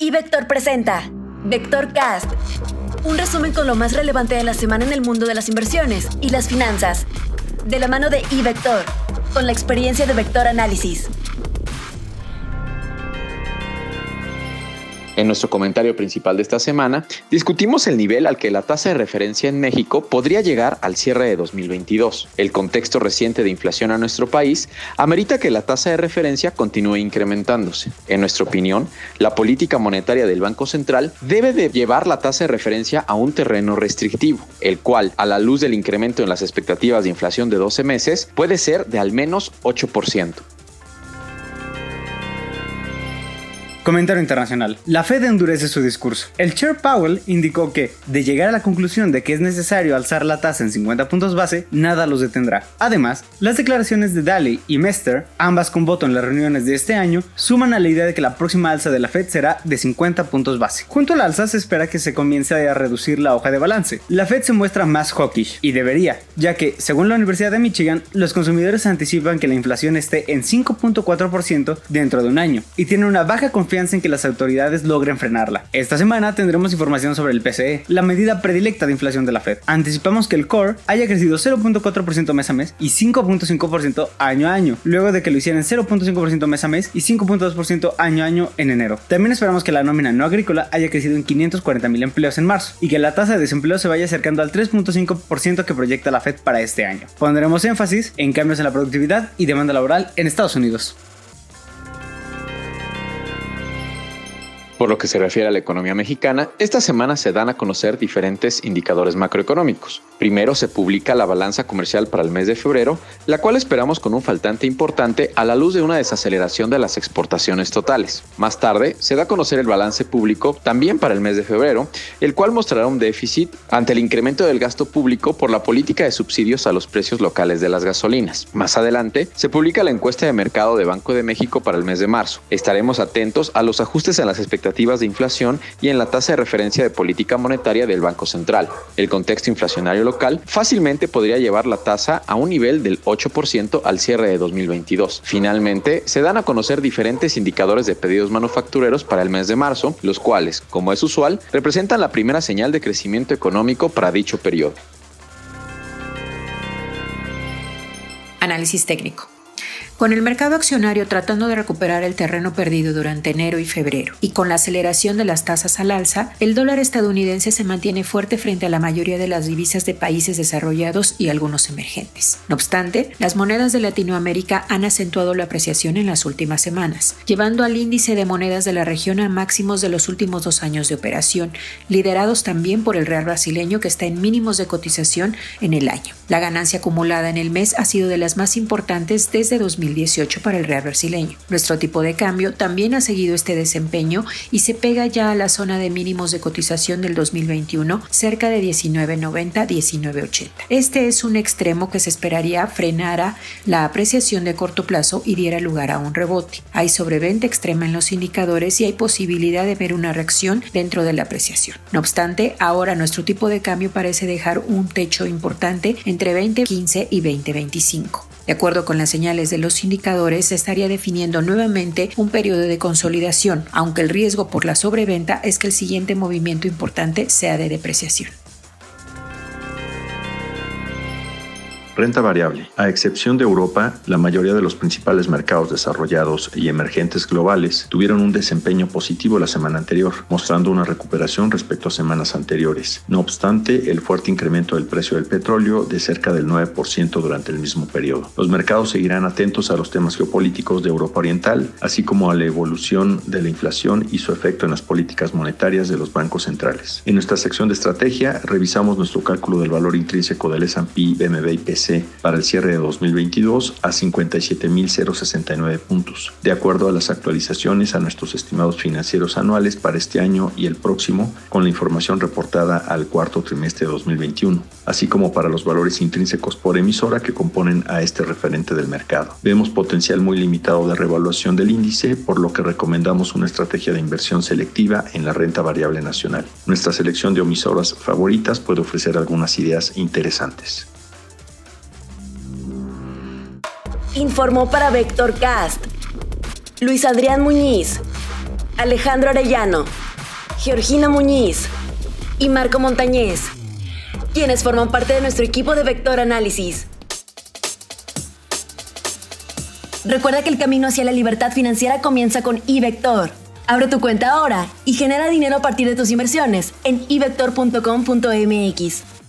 iVector presenta VectorCast, un resumen con lo más relevante de la semana en el mundo de las inversiones y las finanzas, de la mano de iVector, con la experiencia de Vector Análisis. En nuestro comentario principal de esta semana, discutimos el nivel al que la tasa de referencia en México podría llegar al cierre de 2022. El contexto reciente de inflación a nuestro país amerita que la tasa de referencia continúe incrementándose. En nuestra opinión, la política monetaria del Banco Central debe de llevar la tasa de referencia a un terreno restrictivo, el cual, a la luz del incremento en las expectativas de inflación de 12 meses, puede ser de al menos 8%. Comentario internacional. La Fed endurece su discurso. El Chair Powell indicó que, de llegar a la conclusión de que es necesario alzar la tasa en 50 puntos base, nada los detendrá. Además, las declaraciones de Daly y Mester, ambas con voto en las reuniones de este año, suman a la idea de que la próxima alza de la Fed será de 50 puntos base. Junto al alza se espera que se comience a reducir la hoja de balance. La Fed se muestra más hawkish, y debería, ya que, según la Universidad de Michigan, los consumidores anticipan que la inflación esté en 5.4% dentro de un año, y tienen una baja confianza en que las autoridades logren frenarla. Esta semana tendremos información sobre el PCE, la medida predilecta de inflación de la Fed. Anticipamos que el core haya crecido 0.4% mes a mes y 5.5% año a año, luego de que lo hicieran 0.5% mes a mes y 5.2% año a año en enero. También esperamos que la nómina no agrícola haya crecido en 540,000 empleos en marzo y que la tasa de desempleo se vaya acercando al 3.5% que proyecta la Fed para este año. Pondremos énfasis en cambios en la productividad y demanda laboral en Estados Unidos. Por lo que se refiere a la economía mexicana, esta semana se dan a conocer diferentes indicadores macroeconómicos. Primero se publica la balanza comercial para el mes de febrero, la cual esperamos con un faltante importante a la luz de una desaceleración de las exportaciones totales. Más tarde se da a conocer el balance público también para el mes de febrero, el cual mostrará un déficit ante el incremento del gasto público por la política de subsidios a los precios locales de las gasolinas. Más adelante se publica la encuesta de mercado de Banco de México para el mes de marzo. Estaremos atentos a los ajustes en las expectativas de inflación y en la tasa de referencia de política monetaria del Banco Central. El contexto inflacionario local fácilmente podría llevar la tasa a un nivel del 8% al cierre de 2022. Finalmente, se dan a conocer diferentes indicadores de pedidos manufactureros para el mes de marzo, los cuales, como es usual, representan la primera señal de crecimiento económico para dicho periodo. Análisis técnico. Con el mercado accionario tratando de recuperar el terreno perdido durante enero y febrero y con la aceleración de las tasas al alza, el dólar estadounidense se mantiene fuerte frente a la mayoría de las divisas de países desarrollados y algunos emergentes. No obstante, las monedas de Latinoamérica han acentuado la apreciación en las últimas semanas, llevando al índice de monedas de la región a máximos de los últimos 2 años de operación, liderados también por el real brasileño que está en mínimos de cotización en el año. La ganancia acumulada en el mes ha sido de las más importantes desde 2018 para el real brasileño. Nuestro tipo de cambio también ha seguido este desempeño y se pega ya a la zona de mínimos de cotización del 2021, cerca de 19.90-19.80. Este es un extremo que se esperaría frenara la apreciación de corto plazo y diera lugar a un rebote. Hay sobreventa extrema en los indicadores y hay posibilidad de ver una reacción dentro de la apreciación. No obstante, ahora nuestro tipo de cambio parece dejar un techo importante entre 20.15 y 20.25. De acuerdo con las señales de los indicadores, se estaría definiendo nuevamente un periodo de consolidación, aunque el riesgo por la sobreventa es que el siguiente movimiento importante sea de depreciación. Renta variable. A excepción de Europa, la mayoría de los principales mercados desarrollados y emergentes globales tuvieron un desempeño positivo la semana anterior, mostrando una recuperación respecto a semanas anteriores. No obstante, el fuerte incremento del precio del petróleo de cerca del 9% durante el mismo periodo. Los mercados seguirán atentos a los temas geopolíticos de Europa Oriental, así como a la evolución de la inflación y su efecto en las políticas monetarias de los bancos centrales. En nuestra sección de estrategia, revisamos nuestro cálculo del valor intrínseco del S&P, BMW y PC para el cierre de 2022 a 57.069 puntos, de acuerdo a las actualizaciones a nuestros estimados financieros anuales para este año y el próximo, con la información reportada al cuarto trimestre de 2021, así como para los valores intrínsecos por emisora que componen a este referente del mercado. Vemos potencial muy limitado de revaluación del índice, por lo que recomendamos una estrategia de inversión selectiva en la renta variable nacional. Nuestra selección de emisoras favoritas puede ofrecer algunas ideas interesantes. Informó para VectorCast Luis Adrián Muñiz. Alejandro Arellano, Georgina Muñiz y Marco Montañez, quienes forman parte de nuestro equipo de Vector Análisis. Recuerda que el camino hacia la libertad financiera comienza con iVector. Abre tu cuenta ahora y genera dinero a partir de tus inversiones en ivector.com.mx.